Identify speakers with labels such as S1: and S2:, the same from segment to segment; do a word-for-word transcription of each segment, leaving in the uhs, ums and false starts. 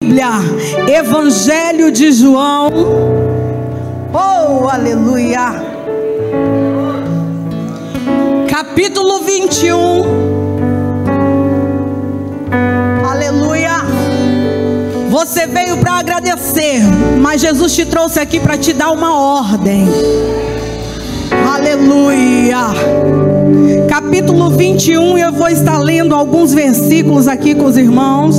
S1: Bíblia, Evangelho de João. Oh, aleluia. Capítulo vinte e um. Aleluia. Você veio para agradecer, mas Jesus te trouxe aqui para te dar uma ordem. Aleluia. Capítulo vinte e um, eu vou estar lendo alguns versículos aqui com os irmãos.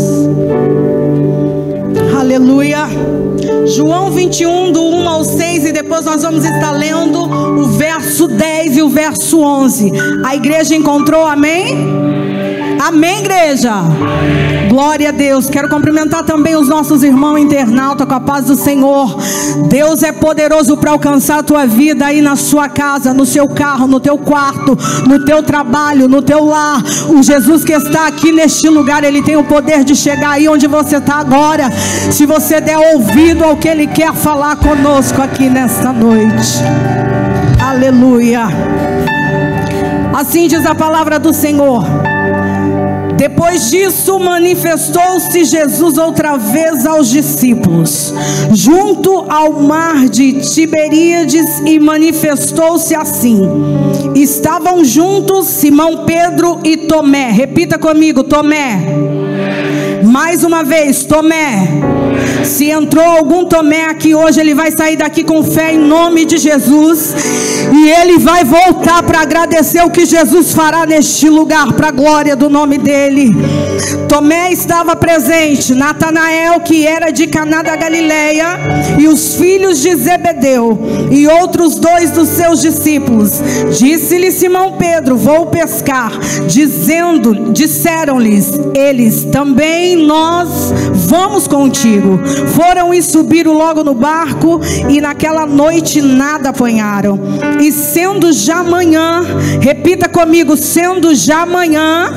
S1: Aleluia. João vinte e um, do um ao seis, e depois nós vamos estar lendo o verso dez e o verso onze. A igreja encontrou, amém? Amém, igreja? Glória a Deus. Quero cumprimentar também os nossos irmãos internautas com a paz do Senhor. Deus é poderoso para alcançar a tua vida aí na sua casa, no seu carro, no teu quarto, no teu trabalho, no teu lar. O Jesus que está aqui neste lugar, Ele tem o poder de chegar aí onde você está agora, se você der ouvido ao que Ele quer falar conosco aqui nesta noite. Aleluia. Assim diz a palavra do Senhor. Depois disso, manifestou-se Jesus outra vez aos discípulos, junto ao mar de Tiberíades, e manifestou-se assim. Estavam juntos Simão Pedro e Tomé. Repita comigo, Tomé. Mais uma vez, Tomé. Se entrou algum Tomé aqui hoje, ele vai sair daqui com fé em nome de Jesus, e ele vai voltar para agradecer o que Jesus fará neste lugar, para a glória do nome dele. Tomé estava presente, Natanael, que era de Caná da Galileia, e os filhos de Zebedeu, e outros dois dos seus discípulos. Disse-lhe Simão Pedro: vou pescar. Dizendo, disseram-lhes eles: também nós vamos contigo. Foram e subiram logo no barco, e naquela noite nada apanharam. E sendo já manhã, repita comigo, sendo já manhã,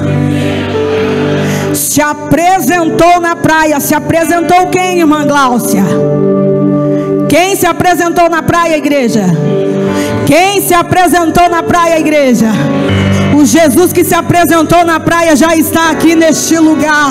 S1: se apresentou na praia. Se apresentou quem, irmã Gláucia? Quem se apresentou na praia, igreja? Quem se apresentou na praia, igreja? O Jesus que se apresentou na praia já está aqui neste lugar.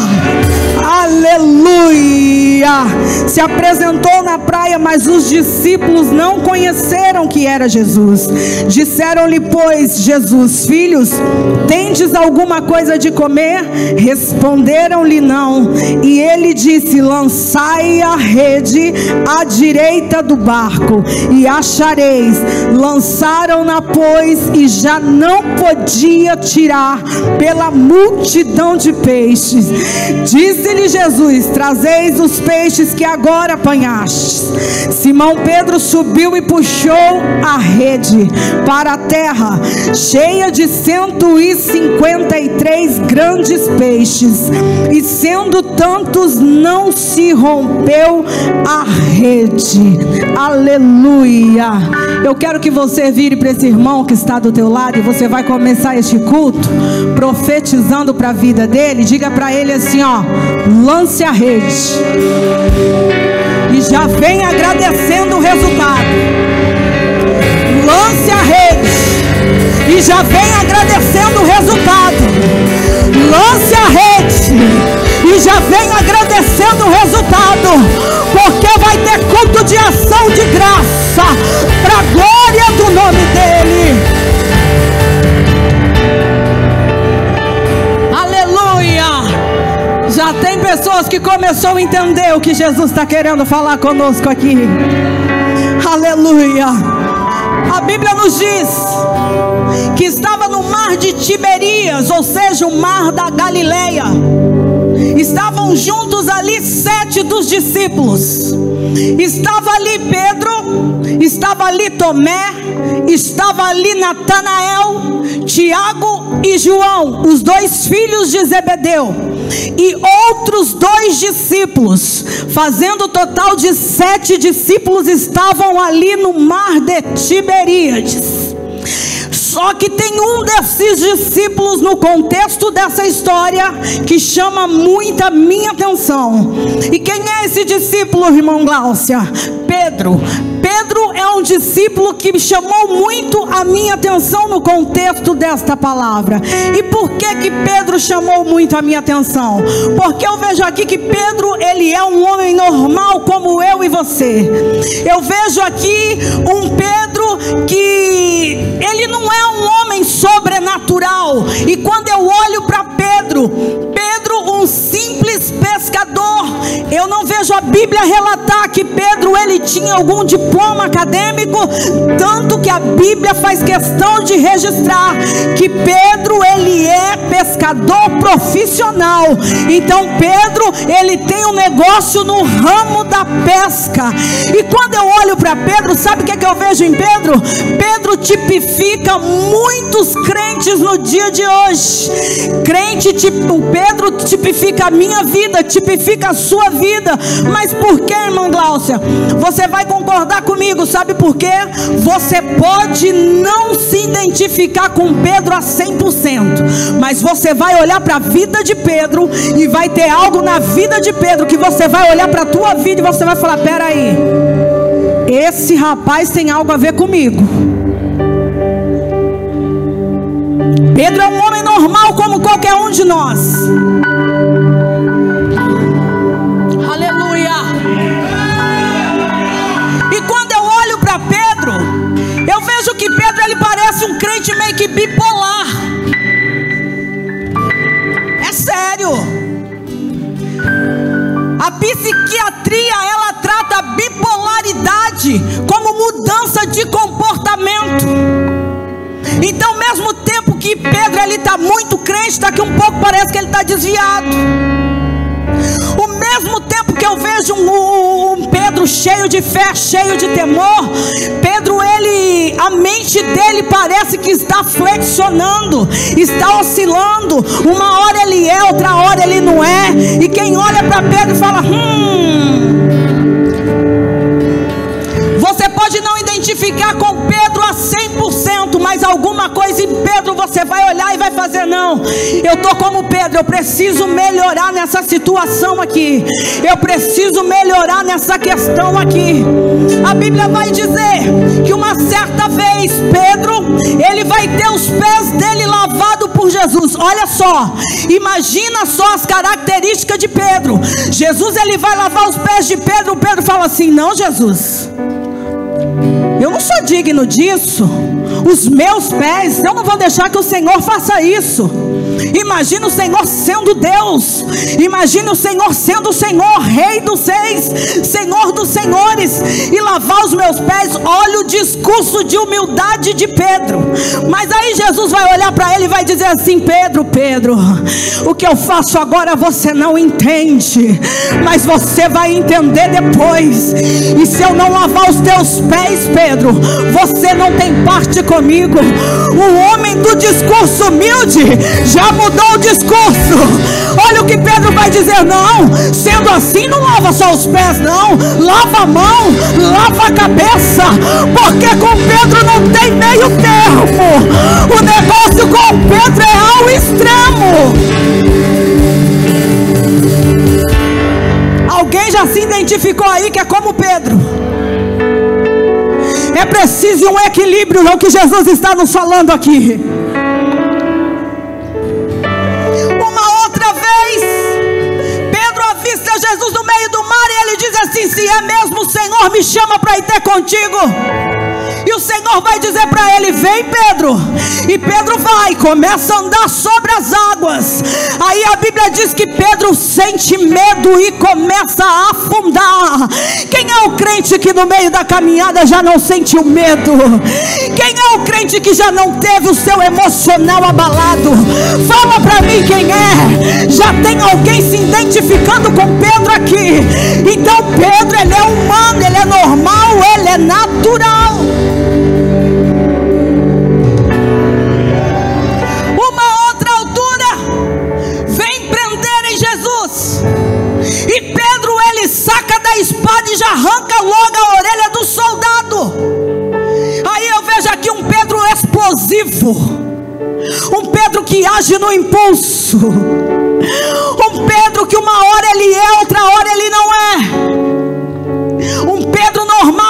S1: Aleluia. Se apresentou na praia, mas os discípulos não conheceram que era Jesus. Disseram-lhe, pois, Jesus: filhos, tendes alguma coisa de comer? Responderam-lhe, não. E ele disse: lançai a rede à direita do barco e achareis. Lançaram-na, pois, e já não podia tirar pela multidão de peixes. Disse-lhe Jesus: trazeis os peixes que agora apanhastes. Simão Pedro subiu e puxou a rede para a terra, cheia de cento e cinquenta e três grandes peixes, e sendo tantos, não se rompeu a rede. Aleluia. Eu quero que você vire para esse irmão que está do teu lado, e você vai começar este culto profetizando para a vida dele. Diga para ele assim, ó: lance a rede, e já vem agradecendo o resultado. Lance a rede e já vem agradecendo o resultado. Lance a rede e já vem agradecendo o resultado, porque vai ter culto de ação de graça para a glória do nome dele. Aleluia. Já tem pessoas que começaram a entender o que Jesus está querendo falar conosco aqui. Aleluia. A Bíblia nos diz que estava no mar de Tiberíades, ou seja, o mar da Galileia. Estavam juntos ali sete dos discípulos. Estava ali Pedro, estava ali Tomé, estava ali Natanael, Tiago e João, os dois filhos de Zebedeu, e outros dois discípulos, fazendo o total de sete discípulos, estavam ali no mar de Tiberíades. Só que tem um desses discípulos no contexto dessa história que chama muita minha atenção. E quem é esse discípulo, irmão Gláucia? Pedro. Pedro é um discípulo que chamou muito a minha atenção no contexto desta palavra. E por que que Pedro chamou muito a minha atenção? Porque eu vejo aqui que Pedro, ele é um homem normal como eu e você. Eu vejo aqui um Pedro que ele não é um homem sobrenatural. E quando eu olho para Pedro, Pedro, um simples pescador, eu não vejo a Bíblia relatar que Pedro ele tinha algum diploma acadêmico, tanto que a Bíblia faz questão de registrar que Pedro ele é pescador profissional. Então Pedro ele tem um negócio no ramo da pesca. E quando eu olho para Pedro, sabe o que é que eu vejo em Pedro? Pedro tipifica muitos crentes no dia de hoje. Crente, tipo, Pedro tipifica a minha vida, tipifica a sua vida. Mas por que, irmã Gláucia? Você vai concordar comigo, sabe por quê? Você pode não se identificar com Pedro a cem por cento, mas você vai olhar para a vida de Pedro e vai ter algo na vida de Pedro que você vai olhar para a tua vida e você vai falar: peraí, esse rapaz tem algo a ver comigo. Pedro é um homem normal como qualquer um de nós. Aleluia. E quando eu olho para Pedro, eu vejo que Pedro ele parece um crente meio que bipolar. É sério. A psiquiatria ela trata a bipolaridade como mudança de comportamento. Então, mesmo tempo que Pedro ele está muito crente, daqui um pouco parece que ele está desviado. O mesmo tempo que eu vejo um, um Pedro cheio de fé, cheio de temor, Pedro ele, a mente dele parece que está flexionando, está oscilando. Uma hora ele é, outra hora ele não é. E quem olha para Pedro fala: hum. Você pode não identificar com Pedro a cem por cento, mas alguma coisa em Pedro você vai olhar e vai fazer: não, eu estou como Pedro, eu preciso melhorar nessa situação aqui, eu preciso melhorar nessa questão aqui. A Bíblia vai dizer que uma certa vez Pedro, ele vai ter os pés dele lavados por Jesus. Olha só, imagina só as características de Pedro. Jesus ele vai lavar os pés de Pedro. Pedro fala assim: não, Jesus, eu não sou digno disso. Os meus pés, eu não vou deixar que o Senhor faça isso. Imagina o Senhor sendo Deus. Imagina o Senhor sendo o Senhor, Rei dos Reis, Senhor dos Senhores, e lavar os meus pés. Olha o discurso de humildade de Pedro. Mas aí Jesus vai olhar para ele e vai dizer assim: Pedro, Pedro, o que eu faço agora você não entende, mas você vai entender depois. E se eu não lavar os teus pés, Pedro, você não tem parte comigo. O homem do discurso humilde já mudou o discurso. Olha o que Pedro vai dizer: não, sendo assim não lava só os pés, não, lava a mão, lava a cabeça, porque com Pedro não tem meio termo. O negócio com Pedro é ao extremo. Alguém já se identificou aí que é como Pedro? É preciso um equilíbrio, é o que Jesus está nos falando aqui. Uma outra vez, Pedro avista Jesus no meio do mar e ele diz assim: se é mesmo o Senhor, me chama para ir ter contigo. E o Senhor vai dizer para ele: vem, Pedro. E Pedro vai, começa a andar sobre as águas. Aí a Bíblia diz que Pedro sente medo e começa a afundar. Quem é o crente que no meio da caminhada já não sentiu medo? Quem é o crente que já não teve o seu emocional abalado? Fala para mim quem é. Já tem alguém se identificando com Pedro aqui? Então Pedro, ele é humano, ele é normal, ele é natural. Uma outra altura, vem prender em Jesus, e Pedro ele saca da espada e já arranca logo a orelha do soldado. Aí eu vejo aqui um Pedro explosivo, um Pedro que age no impulso, um Pedro que uma hora ele é, outra hora ele não é, um Pedro normal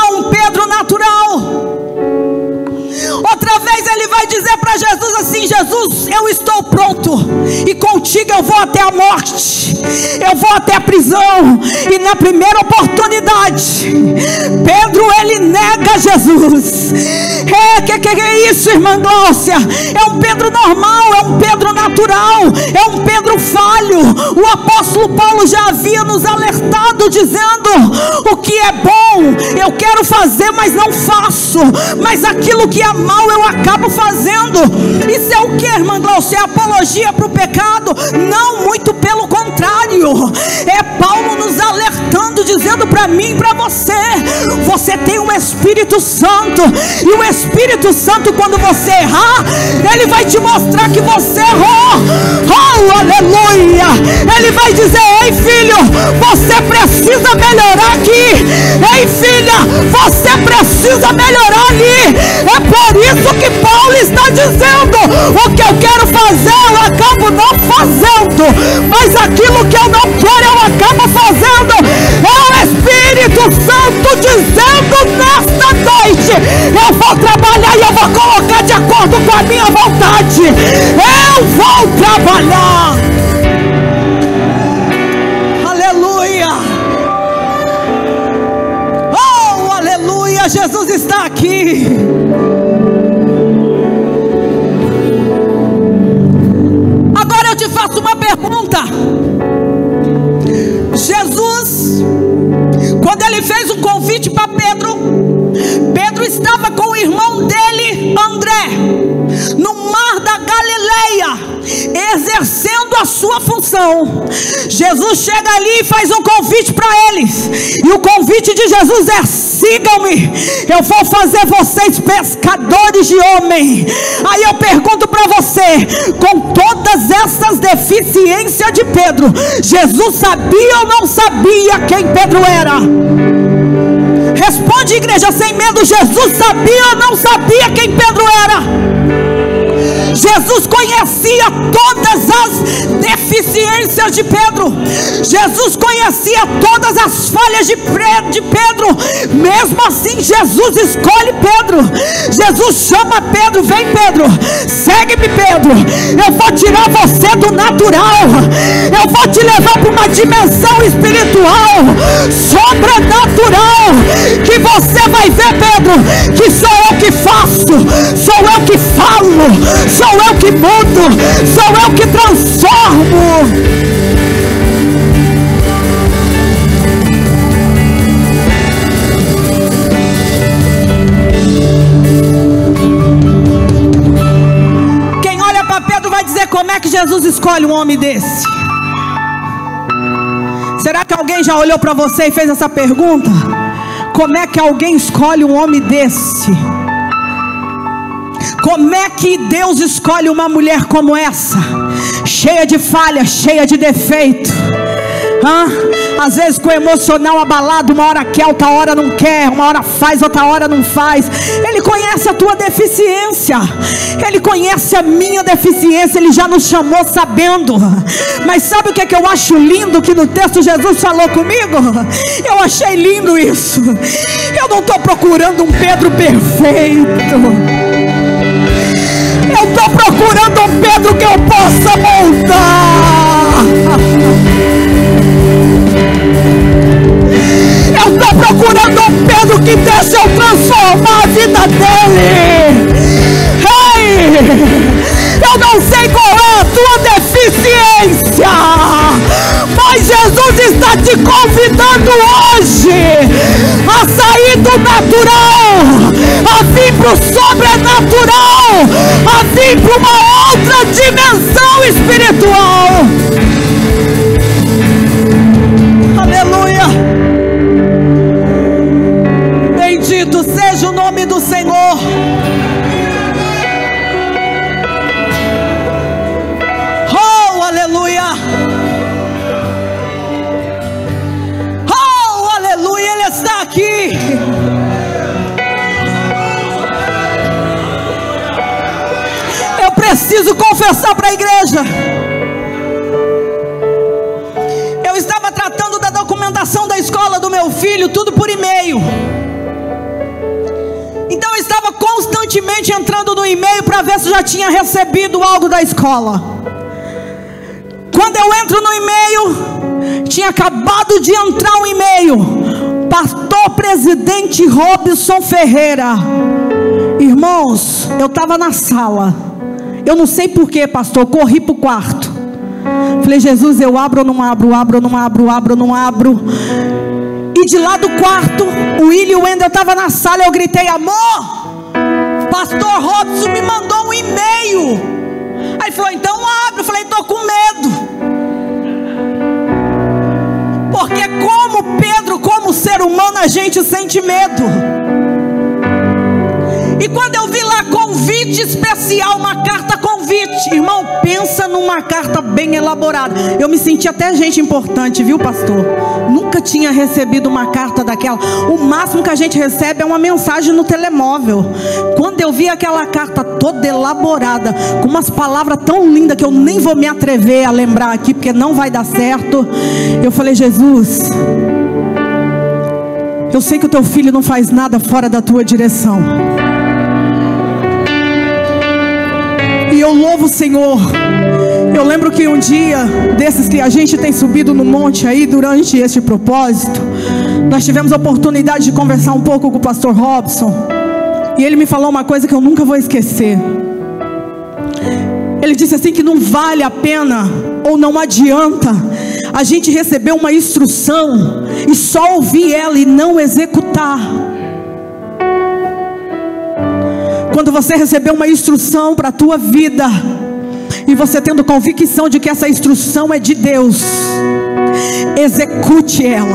S1: eu vou até a morte, eu vou até a prisão. E na primeira oportunidade, Pedro, ele nega Jesus. É, que, que, que é isso, irmã Glócia? É um Pedro normal, é um Pedro natural, é um Pedro falho. O apóstolo Paulo já havia nos alertado, dizendo: o que é bom eu quero fazer, mas não faço, mas aquilo que é mal eu acabo fazendo. Isso é o que, irmã Glaucia? É apologia para o pecado? Não, muito pelo contrário. É Paulo nos alertando, dizendo para mim e para você: você tem o Espírito Santo, e o Espírito Santo, quando você errar, ele vai te mostrar que você errou. Oh, aleluia! Ele vai dizer: ei, filho, você precisa melhorar aqui. Ei, filha, você precisa melhorar ali. É por isso que Paulo está dizendo: o que eu quero fazer eu acabo não fazendo, mas aquilo que eu não quero eu acabo fazendo. É o Espírito Santo dizendo nesta noite: eu vou trabalhar e eu vou colocar de acordo com a minha vontade. Eu vou trabalhar. Aleluia. Oh, aleluia. Jesus está aqui. Agora eu te faço uma pergunta. Jesus, quando ele fez um convite para Pedro, Pedro estava com o irmão dele, André, no mar da Galileia, exercendo a sua função. Jesus chega ali e faz um convite para eles, e o convite de Jesus é: sigam-me, eu vou fazer vocês pescadores de homem. Aí eu pergunto para você: com todas essas deficiências de Pedro, Jesus sabia ou não sabia quem Pedro era? Responde, igreja, sem medo. Jesus sabia ou não sabia quem Pedro era? Jesus conhecia todas as deficiências de Pedro. Jesus conhecia todas as falhas de Pedro. Mesmo assim, Jesus escolhe Pedro. Jesus chama Pedro: vem, Pedro, segue-me, Pedro. Eu vou tirar você do natural, eu vou te levar para uma dimensão espiritual, sobrenatural, que você vai ver, Pedro, que sou eu que faço, sou eu que falo, sou eu que mudo, sou eu que transformo. Quem olha para Pedro vai dizer: como é que Jesus escolhe um homem desse? Será que alguém já olhou para você e fez essa pergunta? Como é que alguém escolhe um homem desse? Como é que Deus escolhe uma mulher como essa? Cheia de falhas, cheia de defeito. Hã? Às vezes com o emocional abalado, uma hora quer, outra hora não quer, uma hora faz, outra hora não faz. Ele conhece a tua deficiência, Ele conhece a minha deficiência, Ele já nos chamou sabendo. Mas sabe o que é que eu acho lindo que no texto Jesus falou comigo? Eu achei lindo isso. Eu não estou procurando um Pedro perfeito, eu estou procurando um Pedro que eu possa moldar. Eu estou procurando um Pedro que deixa eu transformar a vida dele. Ei, eu não sei qual é a tua deficiência, mas Jesus está te convidando hoje a sair do natural, a vir para o sobrenatural, a vir para uma outra dimensão espiritual. Aleluia. Bendito seja o nome do Senhor. Oh, aleluia. Oh, aleluia. Ele está aqui. Eu preciso confessar para a igreja. Eu estava tratando da documentação da escola do meu filho, tudo por e-mail. Então eu estava constantemente entrando no e-mail para ver se já tinha recebido algo da escola. Quando eu entro no e-mail, tinha acabado de entrar um e-mail: pastor presidente Robson Ferreira. Irmãos, eu estava na sala, eu não sei porquê, pastor, corri para o quarto. Falei: Jesus, eu abro ou não abro, abro ou não abro, abro ou não abro. E de lá do quarto, o William e o Wendel estavam na sala. Eu gritei: amor, pastor Robson me mandou um e-mail. Aí ele falou: então abre. Eu falei: estou com medo. Porque como Pedro, como ser humano, a gente sente medo. E quando eu vi lá convite especial, uma carta convite, irmão, pensa numa carta bem elaborada. Eu me senti até gente importante, viu, pastor? Nunca tinha recebido uma carta daquela. O máximo que a gente recebe é uma mensagem no telemóvel. Quando eu vi aquela carta toda elaborada, com umas palavras tão lindas que eu nem vou me atrever a lembrar aqui, porque não vai dar certo, eu falei: Jesus, eu sei que o teu filho não faz nada fora da tua direção. E eu louvo o Senhor. Eu lembro que um dia desses que a gente tem subido no monte aí, durante este propósito, nós tivemos a oportunidade de conversar um pouco com o pastor Robson. E ele me falou uma coisa que eu nunca vou esquecer. Ele disse assim, que não vale a pena, ou não adianta a gente receber uma instrução e só ouvir ela e não executar. Quando você receber uma instrução para a tua vida, e você tendo convicção de que essa instrução é de Deus, execute ela.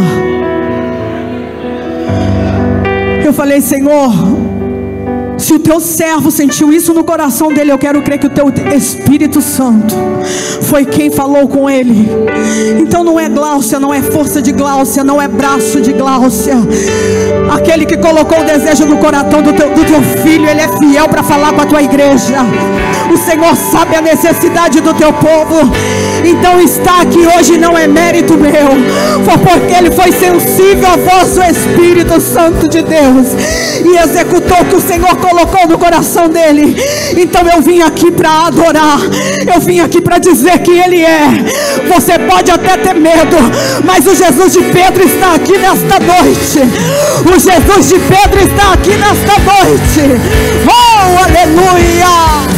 S1: Eu falei: Senhor, se o teu servo sentiu isso no coração dele, eu quero crer que o teu Espírito Santo foi quem falou com ele. Então não é Gláucia, não é força de Gláucia, não é braço de Gláucia. Aquele que colocou o desejo no coração do teu, do teu filho, ele é fiel para falar com a tua igreja. O Senhor sabe a necessidade do teu povo. Então estar aqui hoje não é mérito meu, foi porque ele foi sensível à voz do Espírito Santo de Deus e executou o que o Senhor colocou no coração dele. Então eu vim aqui para adorar, eu vim aqui para dizer que ele é. Você pode até ter medo, mas o Jesus de Pedro está aqui nesta noite. O Jesus de Pedro está aqui nesta noite. Oh, aleluia!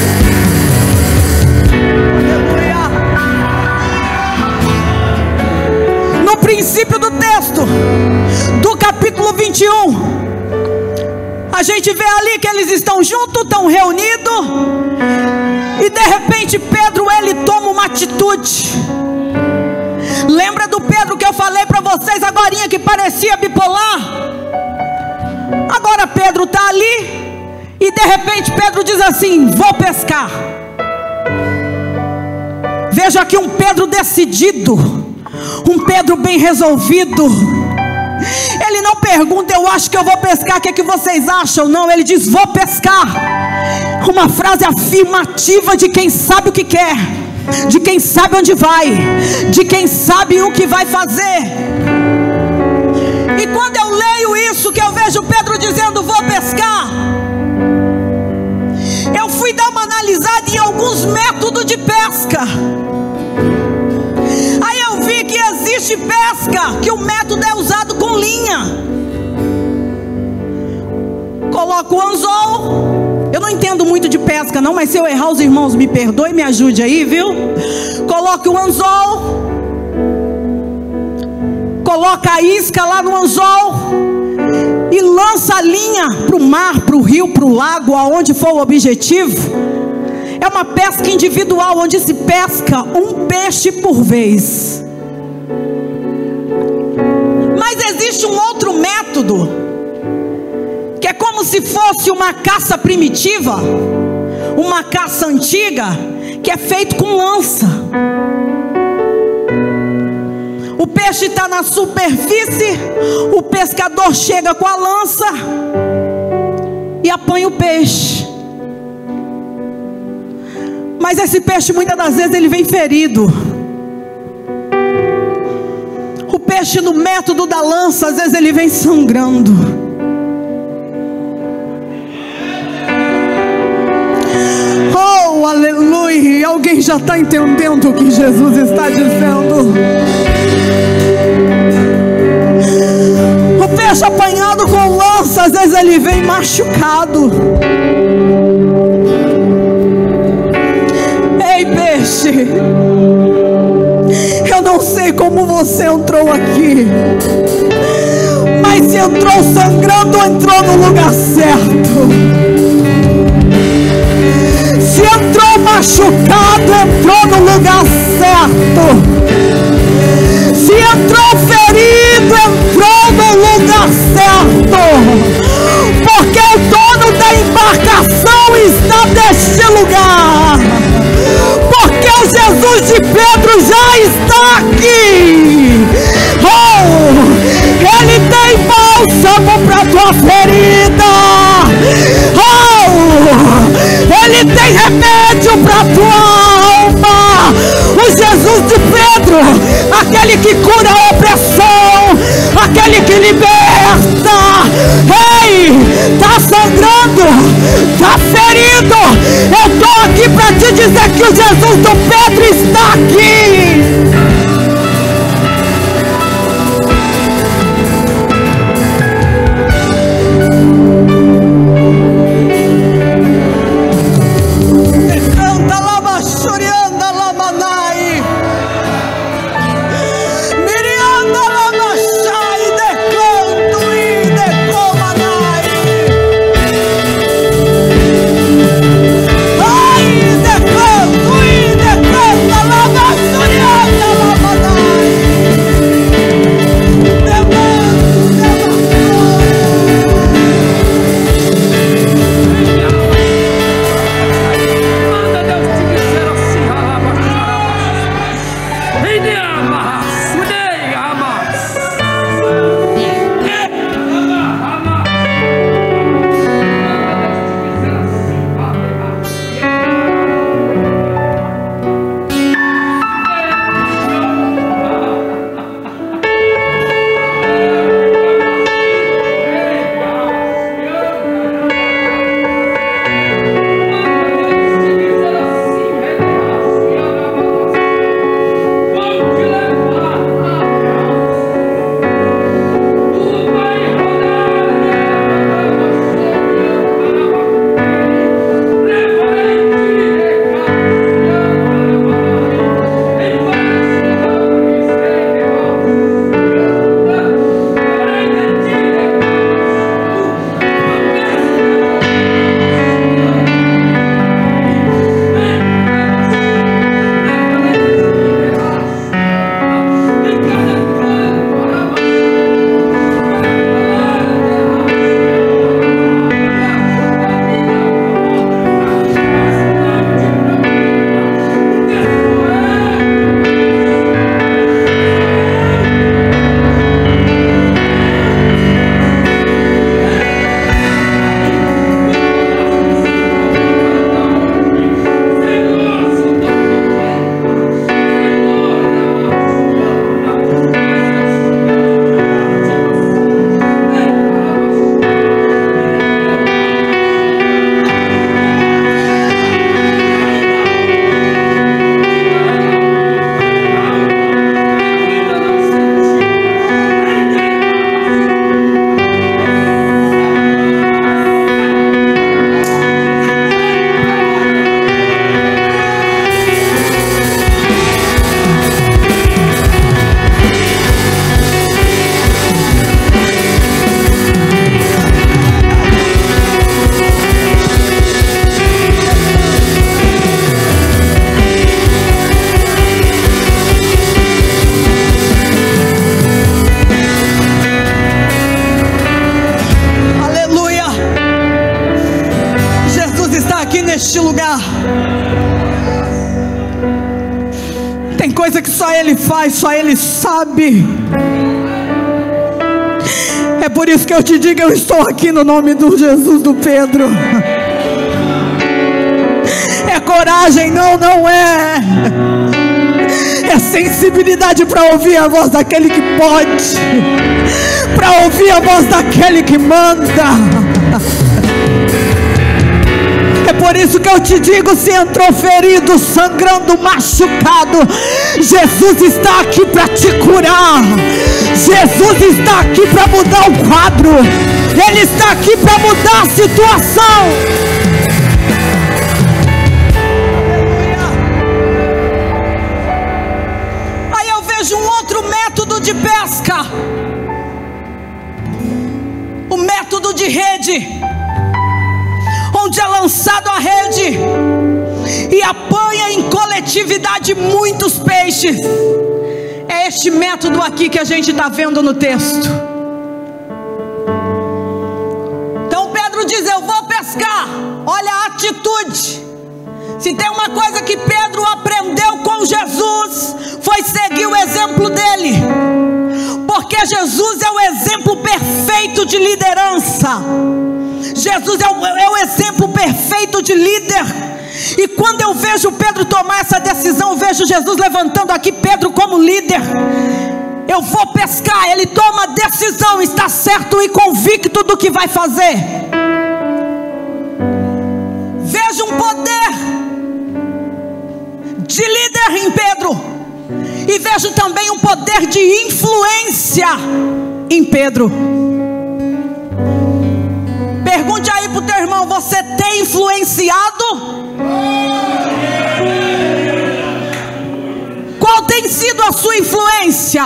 S1: No princípio do texto do capítulo vinte e um, a gente vê ali que eles estão juntos, estão reunidos, e de repente Pedro, ele toma uma atitude. Lembra do Pedro que eu falei para vocês agorinha, que parecia bipolar? Agora Pedro está ali, e de repente Pedro diz assim: vou pescar. Veja aqui um Pedro decidido, um Pedro bem resolvido. Ele não pergunta: eu acho que eu vou pescar, o que é que vocês acham? Não, ele diz: vou pescar. Uma frase afirmativa de quem sabe o que quer, de quem sabe onde vai, de quem sabe o que vai fazer. E quando eu leio isso, que eu vejo Pedro dizendo: vou pescar, eu fui dar uma analisada em alguns métodos de pesca. Aí eu vi que existe pesca que o método é usado com linha. Coloca o anzol. Eu não entendo muito de pesca não, mas se eu errar, os irmãos me perdoem, me ajude aí, viu? Coloque o anzol, coloca a isca lá no anzol e lança a linha para o mar, para o rio, para o lago, aonde for o objetivo. É uma pesca individual, onde se pesca um peixe por vez. Mas existe um outro método, que é como se fosse uma caça primitiva, uma caça antiga, que é feito com lança. O peixe está na superfície, o pescador chega com a lança e apanha o peixe. Mas esse peixe, muitas das vezes, ele vem ferido. O peixe, no método da lança, às vezes ele vem sangrando. Oh, aleluia! alguém já está entendendo o que Jesus está dizendo. O peixe apanhado com lança, às vezes ele vem machucado. Ei, peixe, eu não sei como você entrou aqui, mas se entrou sangrando, entrou no lugar certo. Se entrou machucado, entrou no lugar certo. Se entrou ferido, entrou no lugar certo. Porque o dono da embarcação está neste lugar. Porque o Jesus de Pedro já está aqui. Oh, ele tem bálsamo para tua ferida. Oh, ele tem remédio para tua alma. O Jesus de Pedro, aquele que cura a opressão, aquele que liberta. Ei, está sangrando, está ferido. Eu estou aqui para te dizer que o Jesus do Pedro está aqui. neste lugar. Tem coisa que só Ele faz, só Ele sabe. É por isso que eu te digo, eu estou aqui no nome do Jesus do Pedro. É coragem? Não, não é. É sensibilidade para ouvir a voz daquele que pode, para ouvir a voz daquele que manda. É por isso que eu te digo: se entrou ferido, sangrando, machucado, Jesus está aqui para te curar. Jesus está aqui para mudar o quadro. Ele está aqui para mudar a situação. Aí eu vejo um outro método de pesca, o método de rede, onde é lançado a rede e apanha em coletividade muitos peixes. É este método aqui que a gente está vendo no texto. Então Pedro diz: eu vou pescar. Olha a atitude. Se tem uma coisa que Pedro aprendeu com Jesus, foi seguir o exemplo dele, porque Jesus é o exemplo perfeito de liderança. Jesus é o, é o exemplo perfeito de líder. E quando eu vejo Pedro tomar essa decisão, eu vejo Jesus levantando aqui Pedro como líder. Eu vou pescar. Ele toma a decisão, está certo e convicto do que vai fazer. Vejo um poder de líder em Pedro, e vejo também um poder de influência em Pedro. Pergunte aí pro teu irmão: você tem influenciado? Qual tem sido a sua influência?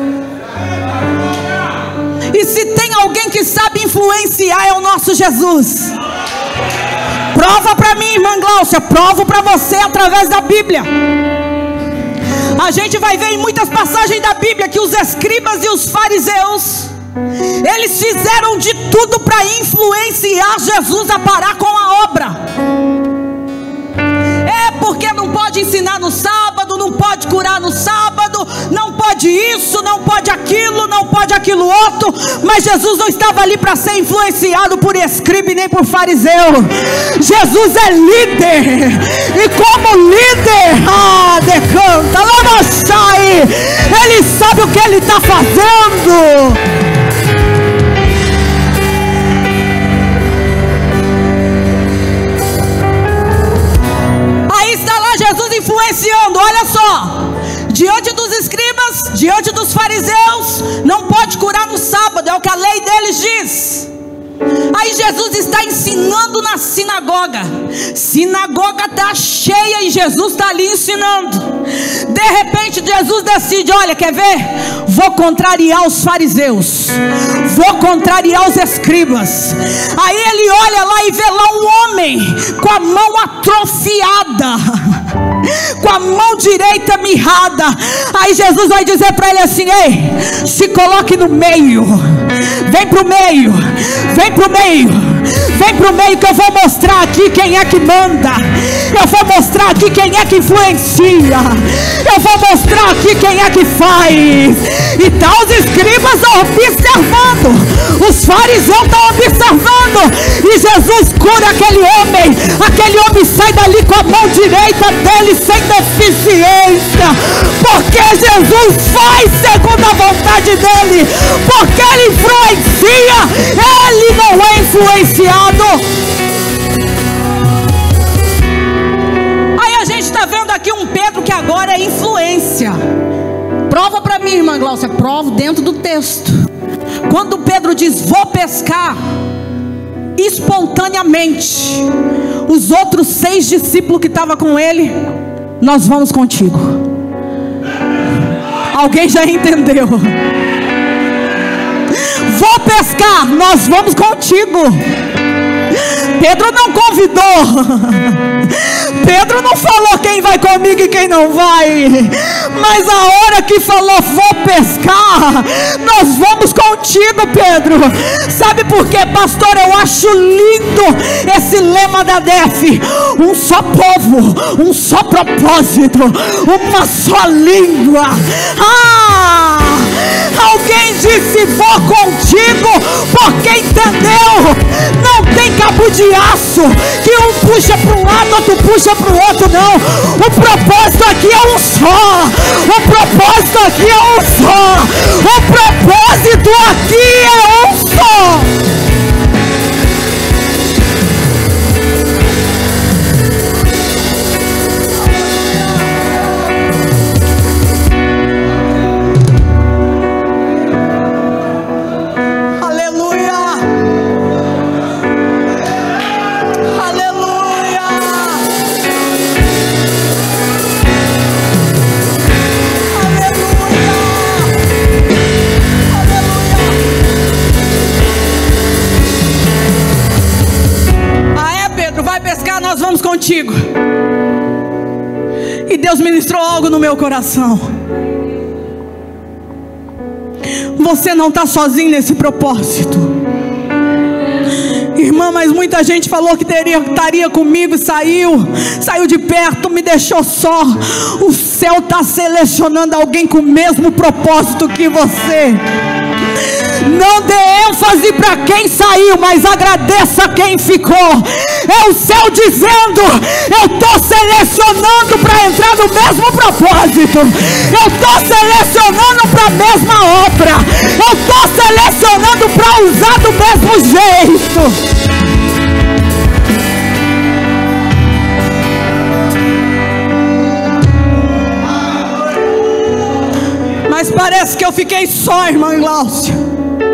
S1: E se tem alguém que sabe influenciar, é o nosso Jesus. Prova para mim, irmã Gláucia, provo para você através da Bíblia. A gente vai ver em muitas passagens da Bíblia que os escribas e os fariseus, eles fizeram de tudo para influenciar Jesus a parar com a obra. É porque não pode ensinar no sábado, não pode curar no sábado, não pode isso, não pode aquilo, não pode aquilo outro. Mas Jesus não estava ali para ser influenciado por escriba nem por fariseu. Jesus é líder, e como líder, ah, decanta, lá não sai. Ele sabe o que ele está fazendo. Jesus influenciando, olha só, diante dos escribas, diante dos fariseus, não pode curar no sábado, é o que a lei deles diz. Aí Jesus está ensinando na sinagoga, sinagoga está cheia e Jesus está ali ensinando. De repente Jesus decide: olha, quer ver? Vou contrariar os fariseus, vou contrariar os escribas. Aí ele olha lá e vê lá um homem com a mão atrofiada, com a mão direita mirrada. Aí Jesus vai dizer para ele assim: ei, se coloque no meio, vem pro meio, vem pro meio, vem pro meio que eu vou mostrar aqui quem é que manda. Eu vou mostrar aqui quem é que influencia. Eu vou mostrar aqui quem é que faz. E tá os escribas observando, os fariseus estão observando, e Jesus cura aquele homem. Aquele homem sai dali com a mão direita dele sem deficiência, porque Jesus faz segundo a vontade dele, porque ele influencia, ele não é influenciado. Aí a gente está vendo aqui um Pedro que agora é influência. Prova para mim, irmã Gláucia, provo dentro do texto. Quando Pedro diz vou pescar, espontaneamente os outros seis discípulos que estavam com ele: nós vamos contigo. Alguém já entendeu? Vou pescar, nós vamos contigo. Pedro não convidou, Pedro não falou quem vai comigo e quem não vai, mas a hora que falou vou pescar, nós vamos contigo, Pedro. Sabe por quê, pastor? Eu acho lindo esse lema da D E F: um só povo, um só propósito, uma só língua. Ah, alguém disse vou contigo, porque entendeu? Não tem cabo de aço que um puxa para um lado, outro puxa para o outro, não. O propósito aqui é um só. O propósito aqui é um só. O propósito aqui é um só. contigo. E Deus ministrou algo no meu coração. Você não está sozinho nesse propósito. Irmã, mas muita gente falou que teria, estaria comigo e saiu. Saiu de perto, me deixou só. O céu está selecionando alguém com o mesmo propósito que você. Não dê ênfase para quem saiu, mas agradeça quem ficou. É o céu dizendo: eu estou selecionando para entrar no mesmo propósito. Eu estou selecionando para a mesma obra. Eu estou selecionando para usar do mesmo jeito. Mas parece que eu fiquei só, irmã Gláucia.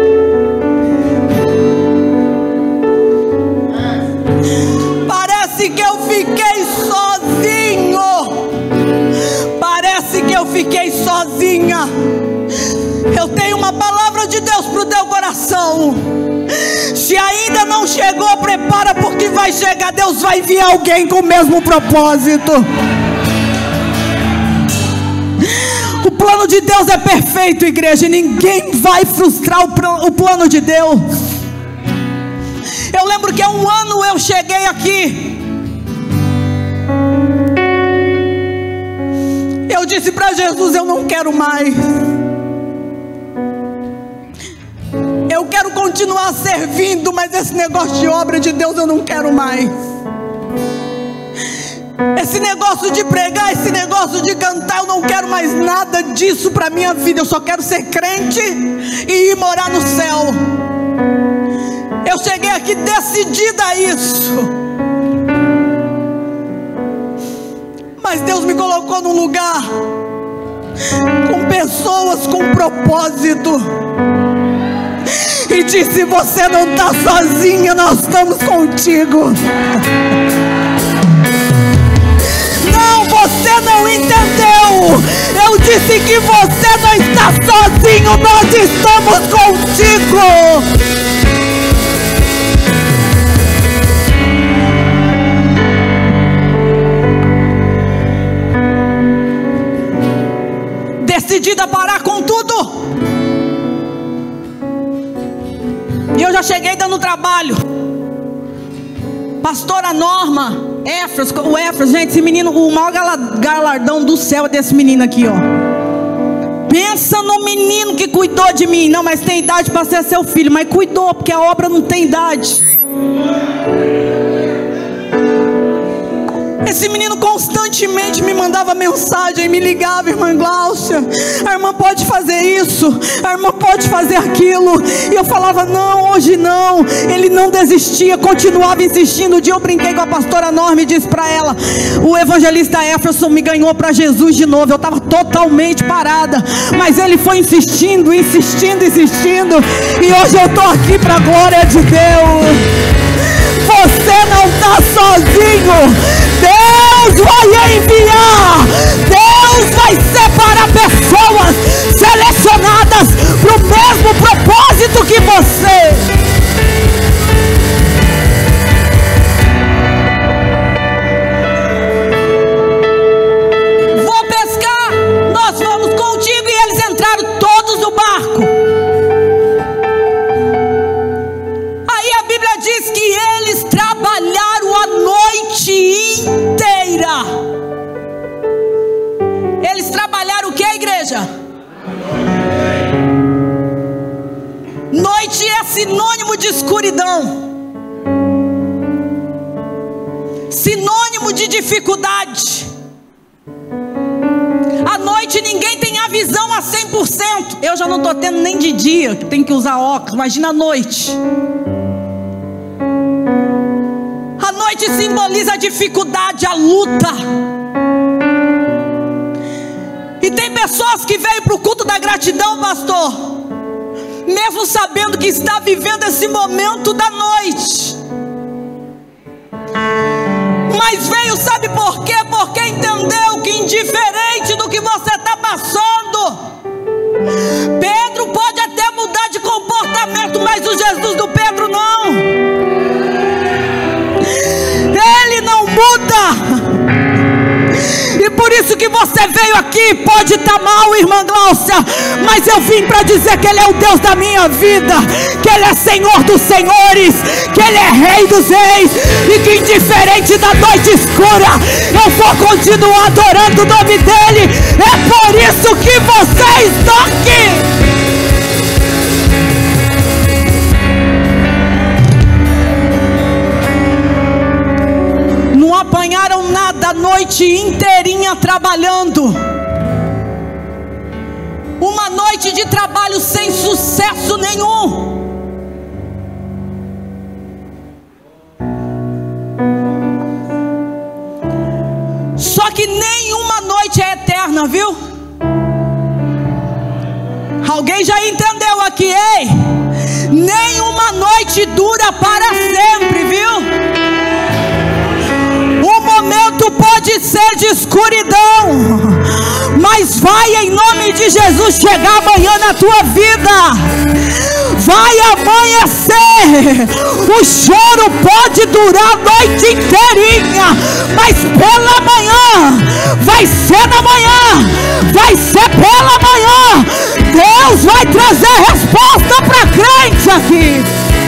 S1: Parece que eu fiquei sozinho. Parece que eu fiquei sozinha. Eu tenho uma palavra de Deus para o teu coração. Se ainda não chegou, prepara, porque vai chegar. Deus vai enviar alguém com o mesmo propósito. O plano de Deus é perfeito, igreja, e ninguém vai frustrar o plano de Deus. Eu lembro que há um ano eu cheguei aqui. Eu disse para Jesus: eu não quero mais. Eu quero continuar servindo, mas esse negócio de obra de Deus eu não quero mais. Esse negócio de pregar, esse negócio de cantar, eu não quero mais nada disso para minha vida. Eu só quero ser crente e ir morar no céu. Eu cheguei aqui decidida a isso. Mas Deus me colocou num lugar com pessoas com propósito. E disse: você não está sozinha, nós estamos contigo. Não, você não entendeu. Eu disse que você não está sozinho, nós estamos contigo. Decidida a parar com tudo. E eu já cheguei dando trabalho. Pastora Norma, Éfras, o Éfras, gente, esse menino, o maior galardão do céu é desse menino aqui, ó. Pensa no menino que cuidou de mim. Não, mas tem idade para ser seu filho. Mas cuidou, porque a obra não tem idade. Esse menino constantemente me mandava mensagem, me ligava: irmã Gláucia, a irmã pode fazer isso, a irmã pode fazer aquilo. E eu falava: não, hoje não. Ele não desistia, continuava insistindo. Um dia eu brinquei com a pastora Norma e disse para ela: o evangelista Éfeson me ganhou para Jesus de novo. Eu estava totalmente parada, mas ele foi insistindo, insistindo, insistindo. E hoje eu estou aqui para a glória de Deus. Você não está sozinho. Deus vai enviar. Deus vai separar pessoas selecionadas para o mesmo propósito que você. Vou pescar, nós vamos contigo. E eles entraram todos no barco. Aí a Bíblia diz que eles trabalharam a noite inteira. Eles trabalharam o que, igreja? Noite é sinônimo de escuridão, sinônimo de dificuldade. À noite ninguém tem a visão a cem por cento. Eu já não estou tendo nem de dia, que tem que usar óculos. Imagina a noite. A noite simboliza a dificuldade, a luta. E tem pessoas que veem para o culto da gratidão, pastor, mesmo sabendo que está vivendo esse momento da noite. Mas veio, sabe por quê? Porque entendeu que indiferente do que você está passando, Pedro pode até mudar de comportamento, mas o Jesus do Pedro não. Ele não muda. você veio aqui, pode estar mal, irmã Gláucia, mas eu vim para dizer que Ele é o Deus da minha vida, que Ele é Senhor dos senhores, que Ele é Rei dos reis, e que indiferente da noite escura, eu vou continuar adorando o nome dEle. É por isso que você está aqui. Não apanharam nada a noite inteirinha trabalhando. Uma noite de trabalho sem sucesso nenhum. Só que nenhuma noite é eterna, viu? Alguém já entendeu aqui, ei? Nenhuma noite dura para sempre, viu? O momento pode ser de escuridão, mas vai em nome de Jesus chegar amanhã na tua vida. Vai amanhecer. O choro pode durar a noite inteirinha, mas pela manhã, vai ser na manhã, vai ser pela manhã, Deus vai trazer resposta para crente aqui.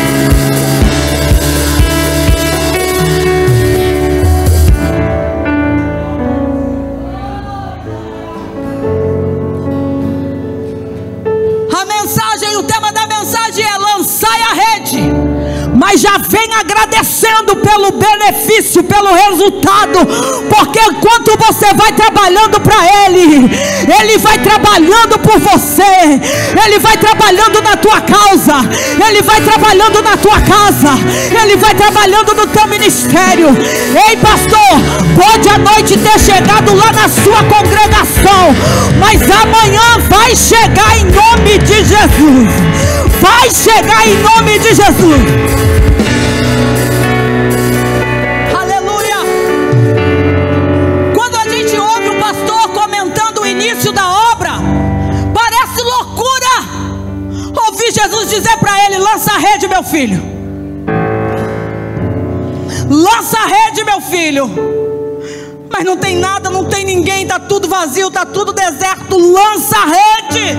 S1: O tema da mensagem é: lançai a rede. Mas já vem agradecendo pelo benefício, pelo resultado, porque enquanto você vai trabalhando para Ele, Ele vai trabalhando por você, Ele vai trabalhando na tua causa, Ele vai trabalhando na tua casa, Ele vai trabalhando no teu ministério. Ei, pastor, pode a noite ter chegado lá na sua congregação, mas amanhã vai chegar em nome de Jesus. Vai chegar em nome de Jesus. Aleluia. Quando a gente ouve o pastor comentando o início da obra, parece loucura ouvir Jesus dizer para ele: lança a rede, meu filho. Lança a rede, meu filho. Mas não tem nada, não tem ninguém, está tudo vazio, está tudo deserto. Lança a rede.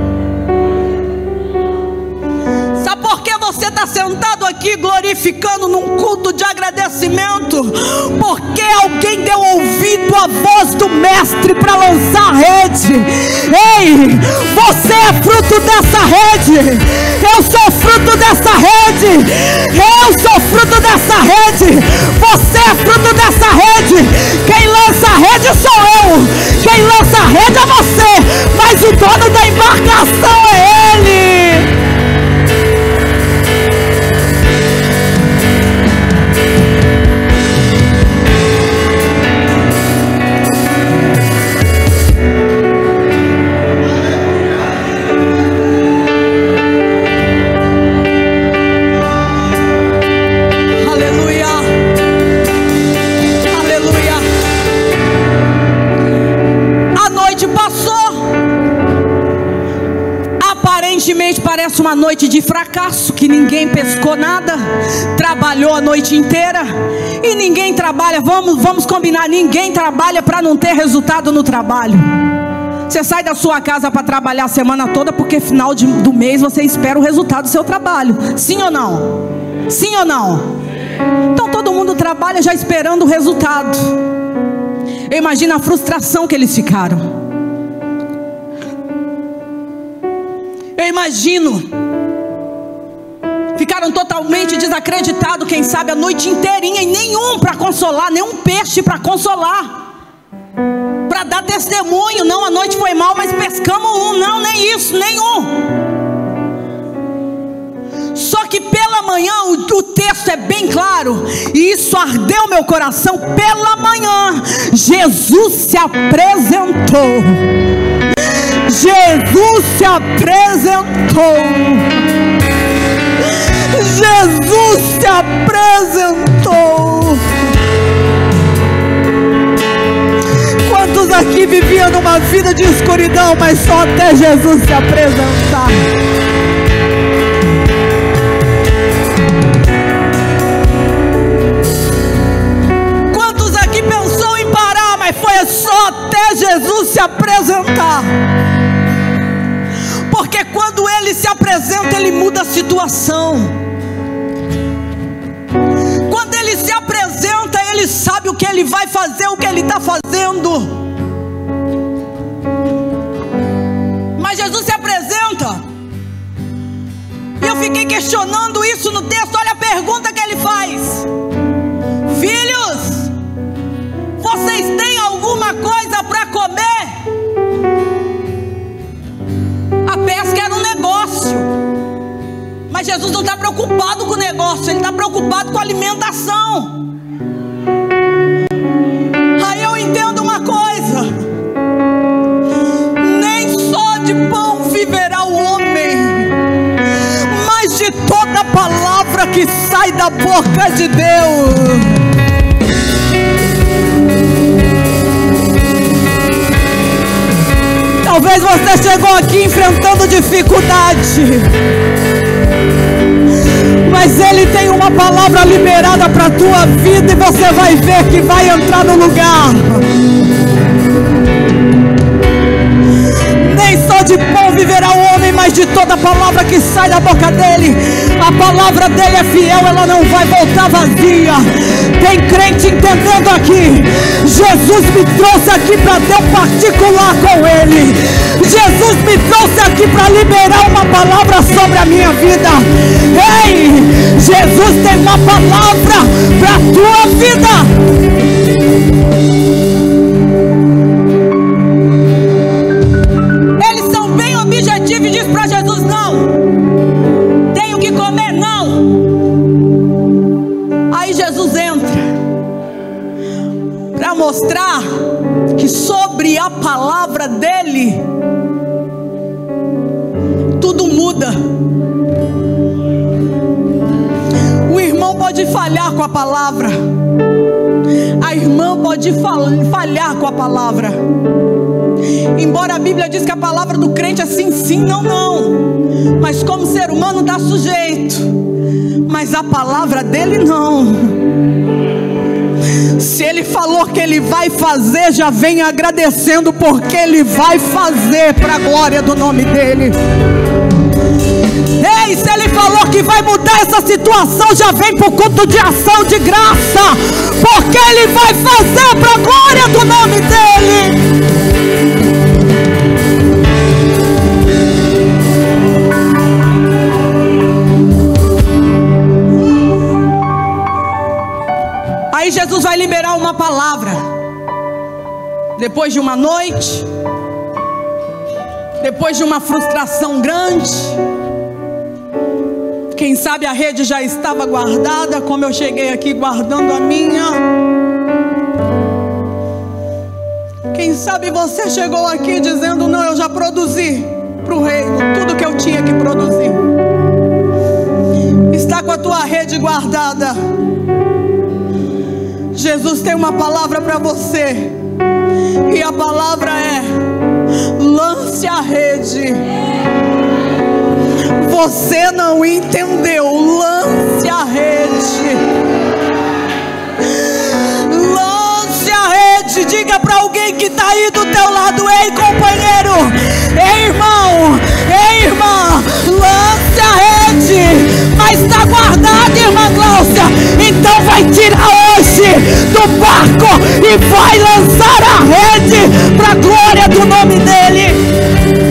S1: Sabe por que você está sentado aqui glorificando num culto de agradecimento? Porque alguém deu ouvido à voz do mestre para lançar a rede. Ei, você é fruto dessa rede. Eu sou fruto dessa rede. Eu sou fruto dessa rede. Você é fruto dessa rede. Quem lança a rede sou eu. Quem lança a rede é você. Mas o dono da embarcação é Ele. Parece uma noite de fracasso, que ninguém pescou nada, trabalhou a noite inteira, e ninguém trabalha, vamos, vamos combinar, ninguém trabalha para não ter resultado no trabalho. Você sai da sua casa para trabalhar a semana toda, porque final de, do mês você espera o resultado do seu trabalho, sim ou não? Sim ou não? Então todo mundo trabalha já esperando o resultado. Eu imagino a frustração que eles ficaram. Eu imagino, ficaram totalmente desacreditados, quem sabe a noite inteirinha, e nenhum para consolar, nenhum peixe para consolar, para dar testemunho. Não, a noite foi mal, mas pescamos um. Não, nem isso, nenhum. Só que pela manhã, o, o texto é bem claro, e isso ardeu meu coração. Pela manhã, Jesus se apresentou. Jesus se apresentou. Jesus se apresentou. Quantos aqui viviam numa vida de escuridão, mas só até Jesus se apresentar? Quantos aqui pensou em parar, mas foi só até Jesus situação. Quando ele se apresenta, ele sabe o que ele vai fazer, o que ele está fazendo. Mas Jesus se apresenta, e eu fiquei questionando isso no texto. Olha a pergunta que ele faz: filhos, vocês têm alguma coisa para comer? A pesca era um negócio, mas Jesus não está preocupado com o negócio, ele está preocupado com a alimentação. Aí eu entendo uma coisa: nem só de pão viverá o homem, mas de toda palavra que sai da boca de Deus. Talvez você chegou aqui enfrentando dificuldade, mas Ele tem uma palavra liberada para a tua vida, e você vai ver que vai entrar no lugar. Nem só de pão viverá o homem, mas de toda palavra que sai da boca dele. A palavra dele é fiel, ela não vai voltar vazia. Tem crente entendendo aqui: Jesus me trouxe aqui para ter um particular com ele. Jesus me trouxe aqui para liberar uma palavra sobre a minha vida. Ei, Jesus tem uma palavra para a tua vida. E diz para Jesus: não, tenho que comer, não. Aí Jesus entra para mostrar que sobre a palavra dele tudo muda. O irmão pode falhar com a palavra, a irmã pode falhar com a palavra. Embora a Bíblia diz que a palavra do crente é sim, sim, não, não. Mas como ser humano está sujeito. Mas a palavra dele não. Se ele falou que ele vai fazer, já vem agradecendo, porque ele vai fazer para a glória do nome dele. Ei, se ele falou que vai mudar essa situação, já vem para o culto de ação de graça, porque ele vai fazer para a glória do nome dele. Aí Jesus vai liberar uma palavra. Depois de uma noite, depois de uma frustração grande, quem sabe a rede já estava guardada, como eu cheguei aqui guardando a minha. Quem sabe você chegou aqui dizendo: não, eu já produzi para o reino tudo que eu tinha que produzir. Está com a tua rede guardada. Jesus tem uma palavra para você, e a palavra é: lance a rede. Você não entendeu? Lance a rede. Lance a rede. Diga para alguém que está aí do teu lado: ei, companheiro, ei, irmão, ei, irmã, lance a rede. Mas está guardada, irmã Gláucia, então vai tirar hoje do barco e vai lançar a rede para a glória do nome dele.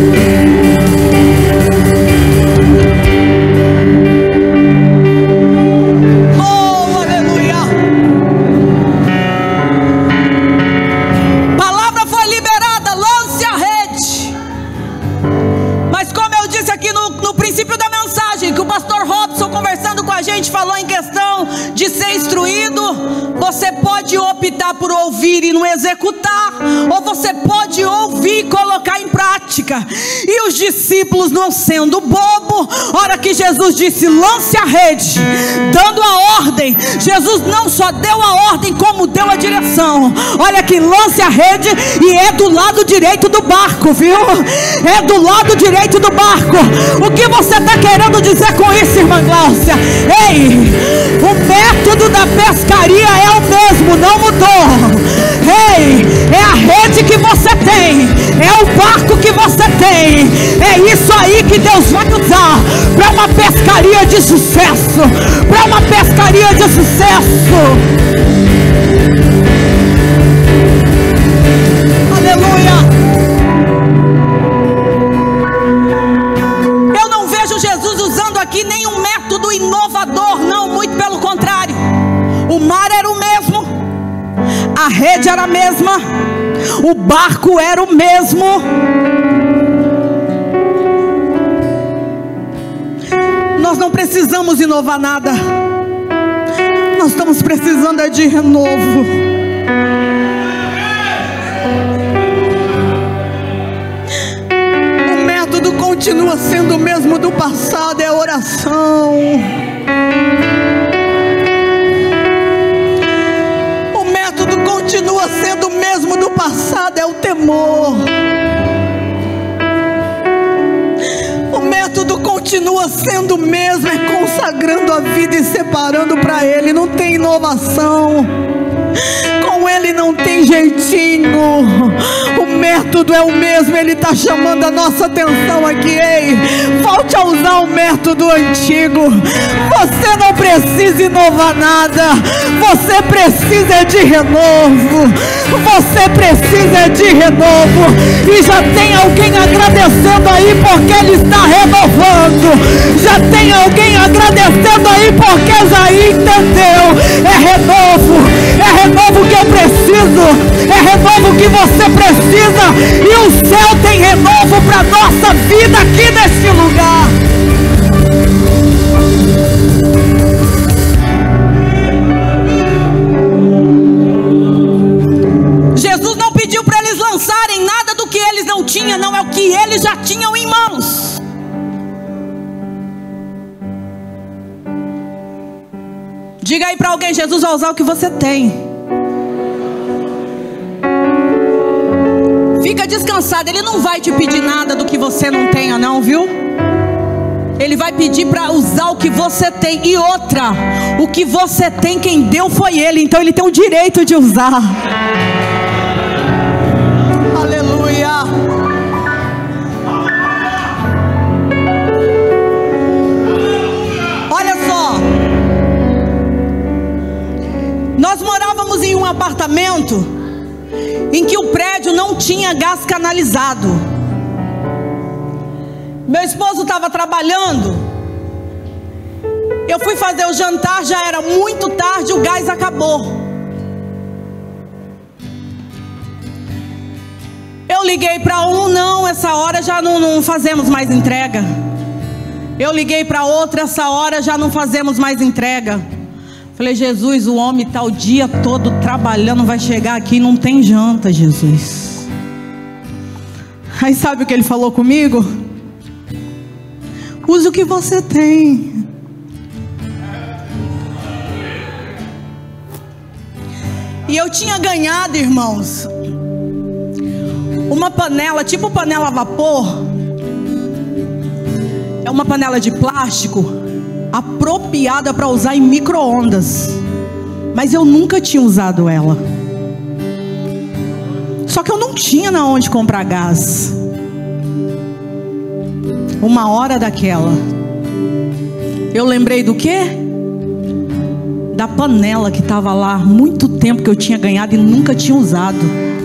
S1: Oh, aleluia. Palavra foi liberada, lance a rede. Mas como eu disse aqui no, no princípio da mensagem, que o pastor Robson, conversando com a gente, falou em questão de ser instruído. Você pode optar por ouvir e não executar, ou você pode ouvir e colocar em prática. E os discípulos, não sendo bobo, hora que Jesus disse: lance a rede, dando a ordem, Jesus não só deu a ordem, como deu a direção. Olha aqui, lance a rede, e é do lado direito do barco, viu? É do lado direito do barco. O que você está querendo dizer com isso, irmã Gláucia? Ei, o método da pescaria é o mesmo, não mudou. Ei, é a rede que você tem, é o barco que você tem. É isso aí que Deus vai usar para uma uma pescaria de sucesso, para uma pescaria de sucesso. Aleluia. Eu não vejo Jesus usando aqui nenhum método inovador, não, muito pelo contrário. O mar era o mesmo, a rede era a mesma, o barco era o mesmo. Nós não precisamos inovar nada. Nós estamos precisando é de renovo. O método continua sendo o mesmo do passado, é a oração. O método continua sendo o mesmo do passado, é o temor. O método continua sendo o mesmo, é consagrando a vida e separando para Ele. Não tem inovação, com Ele não tem jeitinho. O método é o mesmo. Ele está chamando a nossa atenção aqui. Ei, volte a usar o método antigo. Você não precisa inovar nada. Você precisa de renovo. Você precisa de renovo. E já tem alguém agradecendo aí porque Ele está renovando. Já tem alguém agradecendo aí porque já entendeu. É renovo. É renovo que eu preciso. É renovo que você precisa. E o céu tem renovo para nossa vida aqui neste lugar. Jesus não pediu para eles lançarem nada do que eles não tinham, não, é o que eles já tinham em mãos. Diga aí para alguém: Jesus vai usar o que você tem. Fica descansado, Ele não vai te pedir nada do que você não tenha, não, viu? Ele vai pedir para usar o que você tem. E outra, o que você tem, quem deu foi Ele, então Ele tem o direito de usar. Aleluia. Olha só, nós morávamos em um apartamento em que o prédio não tinha gás canalizado. Meu esposo estava trabalhando. Eu fui fazer o jantar, já era muito tarde, o gás acabou. Eu liguei para um, não, essa hora já não, não fazemos mais entrega. Eu liguei para outra, essa hora já não fazemos mais entrega. Falei: Jesus, o homem está o dia todo trabalhando, vai chegar aqui e não tem janta, Jesus. Aí sabe o que ele falou comigo? Use o que você tem. E eu tinha ganhado, irmãos, uma panela, tipo panela a vapor. É uma panela de plástico apropriada para usar em micro-ondas, mas eu nunca tinha usado ela. Só que eu não tinha na onde comprar gás. Uma hora daquela, eu lembrei do quê? Da panela que estava lá há muito tempo, que eu tinha ganhado e nunca tinha usado.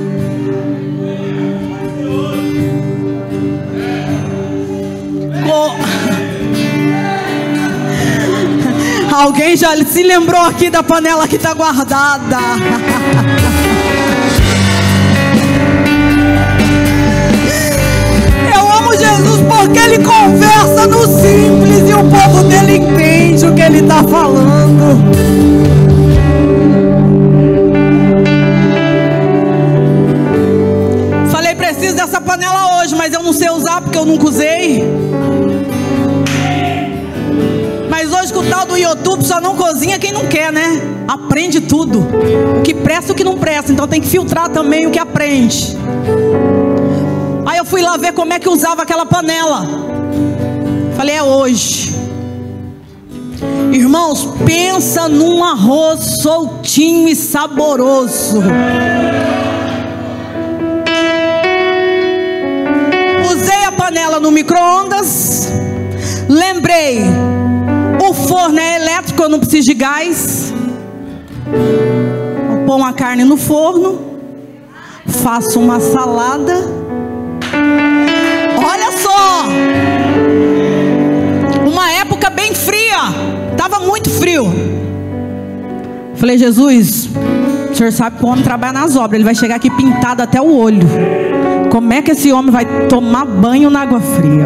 S1: Alguém já se lembrou aqui da panela que está guardada? Eu amo Jesus porque Ele conversa no simples e o povo dele entende o que Ele está falando. Falei: preciso dessa panela hoje, mas eu não sei usar porque eu nunca usei. Mas hoje com o tal do YouTube só não cozinha quem não quer, né? Aprende tudo, o que presta e o que não presta. Então tem que filtrar também o que aprende. Aí eu fui lá ver como é que usava aquela panela. Falei: é hoje. Irmãos, pensa num arroz soltinho e saboroso. Usei a panela no micro-ondas, Lembrei, o forno é elétrico, eu não preciso de gás. Eu ponho a carne no forno, faço uma salada. Olha só, uma época bem fria, estava muito frio. Falei, Jesus, o senhor sabe que o homem trabalha nas obras, ele vai chegar aqui pintado até o olho. Como é que esse homem vai tomar banho na água fria?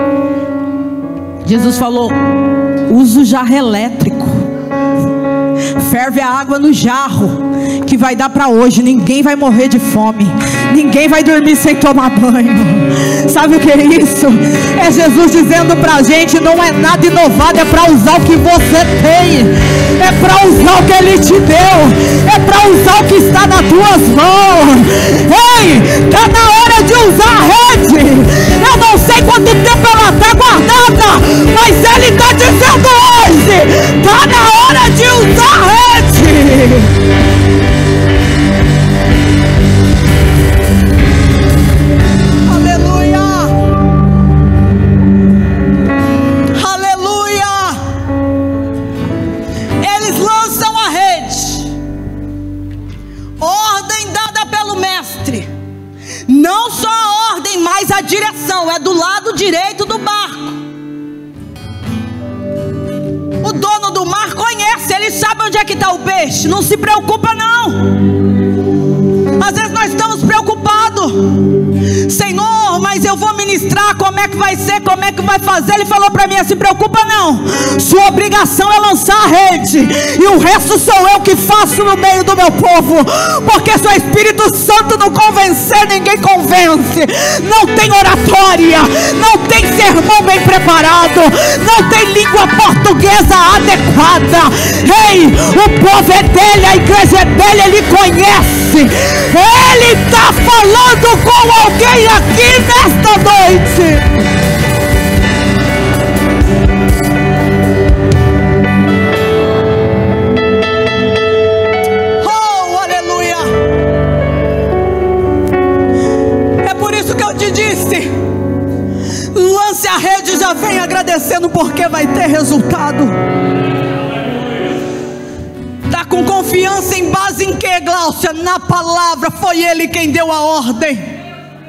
S1: Jesus falou, usa o jarro elétrico, ferve a água no jarro, que vai dar para hoje. Ninguém vai morrer de fome, ninguém vai dormir sem tomar banho. Sabe o que é isso? É Jesus dizendo para a gente, não é nada inovado, é para usar o que você tem, é para usar o que Ele te deu, é para usar o que está nas tuas mãos. Ei, está na hora de usar a rede. Eu não sei quanto tempo ela está guardada, mas Ele está dizendo hoje, está na hora de usar a rede. A direção é do lado direito do barco. O dono do mar conhece, ele sabe onde é que está o peixe. Não se preocupa não. Às vezes nós estamos preocupados. Senhor, mas eu vou ministrar, como é que vai ser, como é que vai fazer? Ele falou para mim, se preocupa não, sua obrigação é lançar a rede, e o resto sou eu que faço no meio do meu povo. Porque se o Espírito Santo não convencer, ninguém convence. Não tem oratória, não tem sermão bem preparado, não tem língua portuguesa adequada. Ei, o povo é dele, a igreja é dele, ele conhece. Ele está falando com alguém aqui nesta noite. Oh, aleluia. É por isso que eu te disse, lance a rede e já vem agradecendo, porque vai ter resultado. Está com confiança em base em que, Gláucia? Na palavra, foi Ele quem deu a ordem.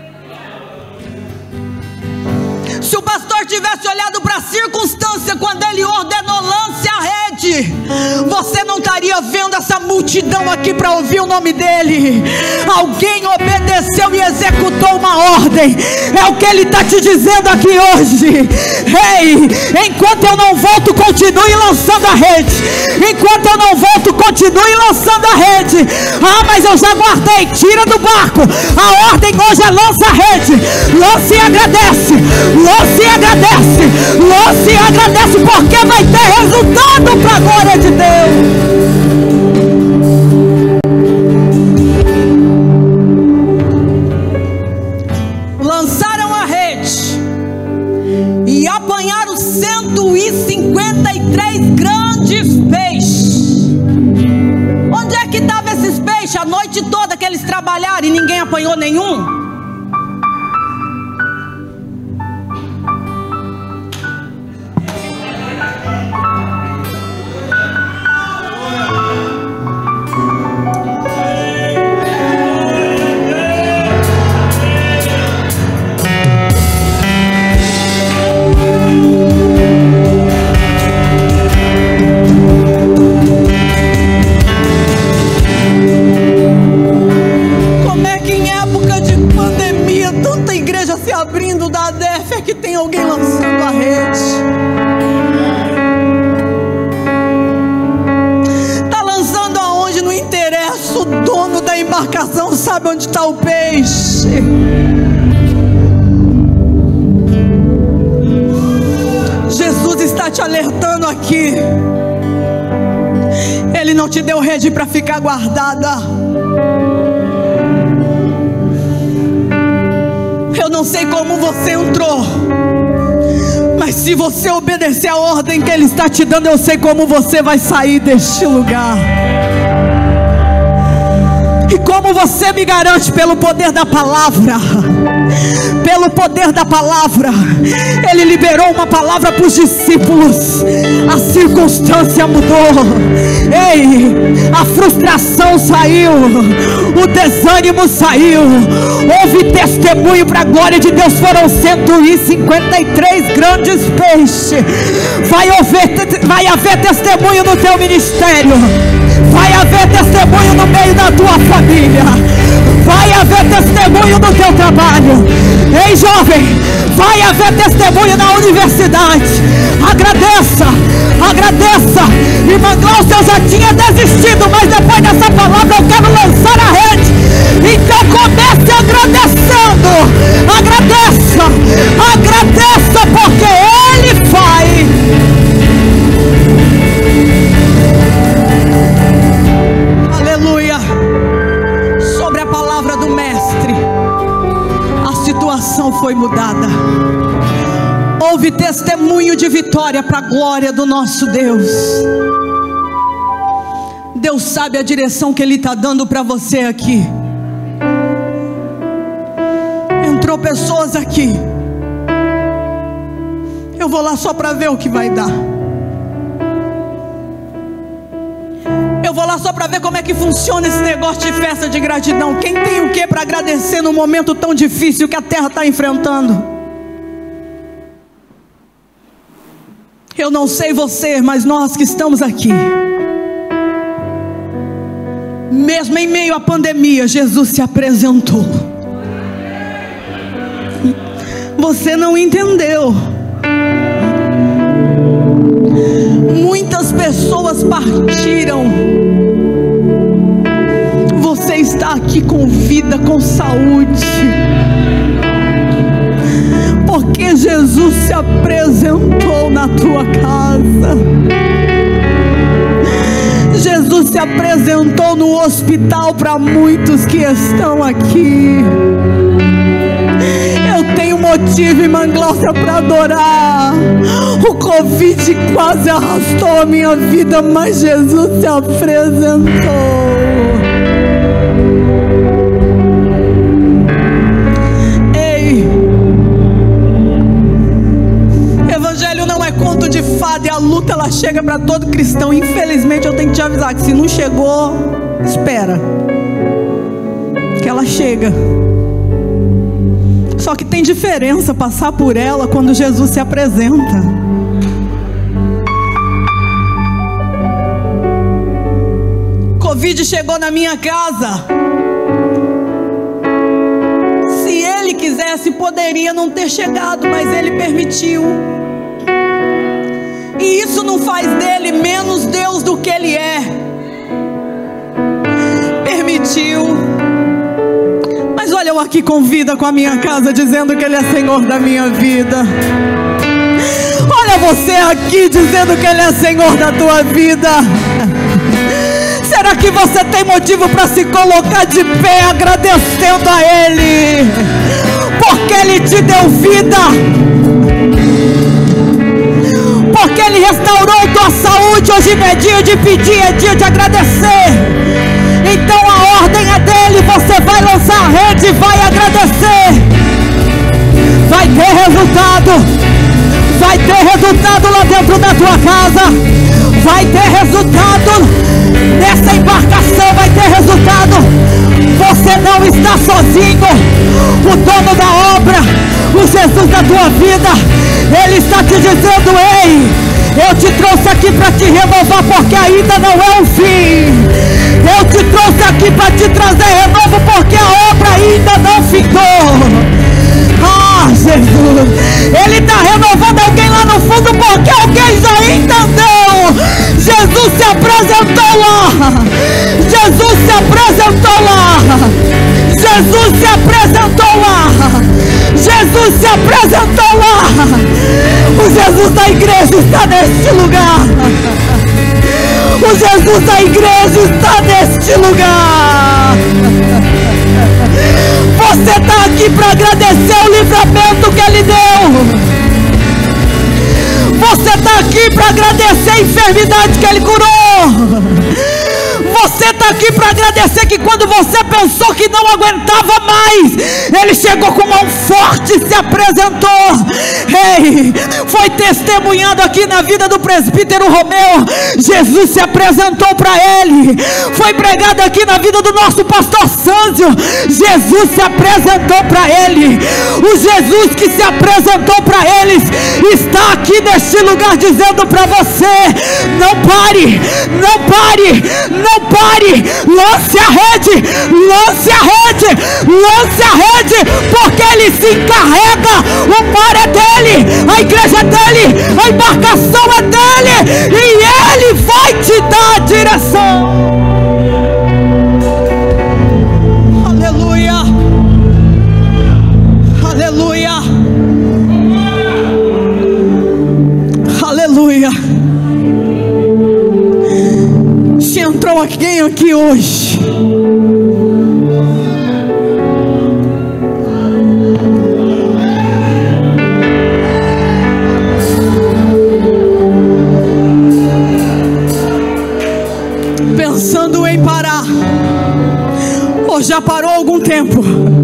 S1: Se o pastor tivesse olhado para a circunstância quando ele ordenou lance a rede, você não estaria vendo essa multidão aqui para ouvir o nome dele. Alguém obedeceu e executou uma ordem. É o que ele está te dizendo aqui hoje. Ei, enquanto eu não volto, continue lançando a rede. Enquanto eu não volto, continue lançando a rede. Ah, mas eu já guardei. Tira do barco. A ordem hoje é lança a rede. Lance e agradece. Lance e agradece. Lance e agradece, porque vai ter resultado para a glória de Deus. Lançaram a rede e apanharam cento e cinquenta e três grandes peixes. Onde é que estavam esses peixes? A noite toda que eles trabalharam e ninguém apanhou nenhum. Abrindo da D F é que tem alguém lançando a rede. Está lançando aonde? Não interessa. O dono da embarcação sabe onde está o peixe. Jesus está te alertando aqui. Ele não te deu rede para ficar guardada. Eu não sei como você entrou, mas se você obedecer a ordem que Ele está te dando, eu sei como você vai sair deste lugar. E Como você me garante? Pelo poder da palavra. Pelo poder da palavra. Ele liberou uma palavra para os discípulos. A circunstância mudou. Ei, a frustração saiu, o desânimo saiu. Houve testemunho para a glória de Deus. Foram cento e cinquenta e três grandes peixes. Vai haver, vai haver testemunho no teu ministério. Vai haver testemunho no meio da tua família. Vai haver testemunho no teu trabalho. Ei, jovem, vai haver testemunho na universidade. Agradeça, agradeça. Irmã Glaucia, eu já tinha desistido, mas depois dessa palavra eu quero lançar a rede. Então comece agradecendo. Agradeça, agradeça, porque Ele faz. Aleluia. Sobre a palavra do mestre, a situação foi mudada. Houve testemunho de vitória para a glória do nosso Deus. Deus sabe a direção que Ele está dando para você aqui. Entrou pessoas aqui. Eu vou lá só para ver o que vai dar. Eu vou lá só para ver como é que funciona esse negócio de festa de gratidão. Quem tem o que para agradecer num momento tão difícil que a terra está enfrentando? Eu não sei você, mas nós que estamos aqui, mesmo em meio à pandemia, Jesus se apresentou. Você não entendeu. Muitas pessoas partiram. Você está aqui com vida, com saúde, porque Jesus se apresentou na tua casa. Jesus se apresentou no hospital para muitos que estão aqui. Eu tenho motivo, irmã Glaucia, para adorar. O Covid quase arrastou a minha vida, mas Jesus se apresentou. Conto de fada, e a luta ela chega para todo cristão. Infelizmente eu tenho que te avisar que se não chegou, espera, que ela chega. Só que tem diferença passar por ela quando Jesus se apresenta. Covid chegou na minha casa. Se Ele quisesse, poderia não ter chegado, mas Ele permitiu. E isso não faz dele menos Deus do que Ele é. Permitiu. Mas olha eu aqui com vida, com a minha casa, dizendo que Ele é Senhor da minha vida. Olha você aqui dizendo que Ele é Senhor da tua vida. Será que você tem motivo para se colocar de pé agradecendo a Ele? Porque Ele te deu vida. Porque Ele restaurou tua saúde. Hoje não é dia de pedir, é dia de agradecer. Então a ordem é dele. Você vai lançar a rede e vai agradecer. Vai ter resultado. Vai ter resultado lá dentro da tua casa. Vai ter resultado nessa embarcação. Vai ter resultado. Você não está sozinho. O dono da obra, o Jesus da tua vida, Ele está te dizendo: ei, eu te trouxe aqui para te renovar, porque ainda não é o fim. Eu te trouxe aqui para te trazer renovo, porque a obra ainda não ficou. Ah, Jesus, Ele está renovando alguém lá no fundo, porque alguém já entendeu. Jesus se apresentou lá. Jesus se apresentou lá. Jesus se apresentou lá. Jesus se apresentou lá. O Jesus da igreja está neste lugar. O Jesus da igreja está neste lugar. Você está aqui para agradecer o livramento que Ele deu. Você está aqui para agradecer a enfermidade que Ele curou. Você está aqui para agradecer que quando você pensou que não aguentava mais, Ele chegou com mão forte e se apresentou. Ei, foi testemunhado aqui na vida do presbítero Romeu. Jesus se apresentou para ele. Foi pregado aqui na vida do nosso pastor Sâncio. Jesus se apresentou para ele. O Jesus que se apresentou para eles está aqui neste lugar dizendo para você: não pare, não pare, não pare, lance a rede, lance a rede, lance a rede, porque Ele se encarrega. O mar é dele, a igreja é dele, a embarcação é dele, e Ele vai te dar a direção. Aleluia, aleluia, aleluia. Se entrou alguém aqui hoje pensando em parar, ou já parou há algum tempo,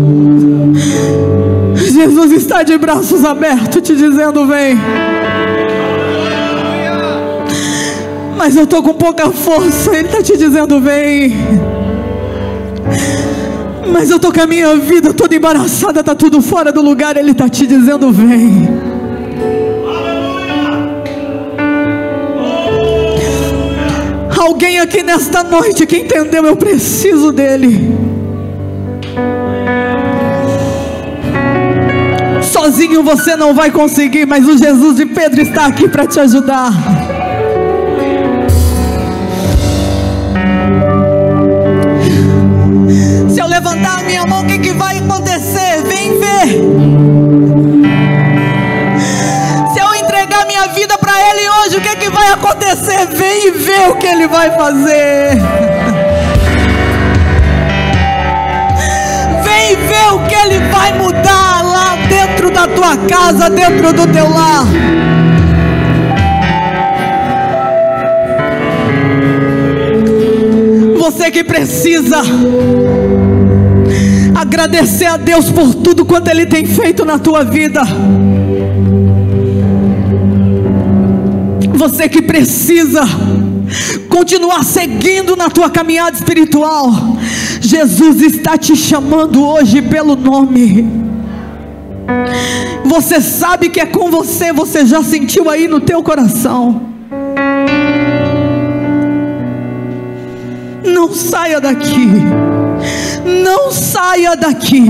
S1: Jesus está de braços abertos te dizendo: vem. Mas eu estou com pouca força, Ele está te dizendo: vem. Mas eu estou com a minha vida toda embaraçada, está tudo fora do lugar, Ele está te dizendo: vem. Alguém aqui nesta noite que entendeu: eu preciso dEle. Sozinho você não vai conseguir, mas o Jesus de Pedro está aqui para te ajudar. Se eu levantar a minha mão, o que, que vai acontecer? Vem ver. Se eu entregar minha vida para Ele hoje, o que, que vai acontecer? Vem e vê o que Ele vai fazer. Vem e vê o que Ele vai mudar lá dentro da tua casa, dentro do teu lar. Você que precisa agradecer a Deus por tudo quanto Ele tem feito na tua vida. Você que precisa continuar seguindo na tua caminhada espiritual. Jesus está te chamando hoje pelo nome. Você sabe que é com você, você já sentiu aí no teu coração. Não saia daqui, não saia daqui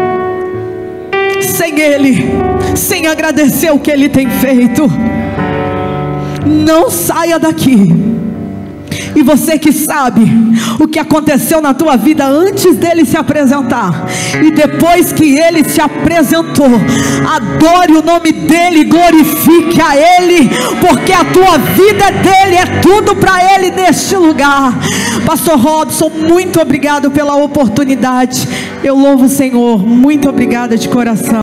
S1: sem Ele, sem agradecer o que Ele tem feito. Não saia daqui. E você que sabe o que aconteceu na tua vida antes dele se apresentar e depois que ele se apresentou, adore o nome dele, glorifique a ele, porque a tua vida é dele, é tudo para ele neste lugar. Pastor Robson, muito obrigado pela oportunidade. Eu louvo o Senhor, muito obrigada de coração.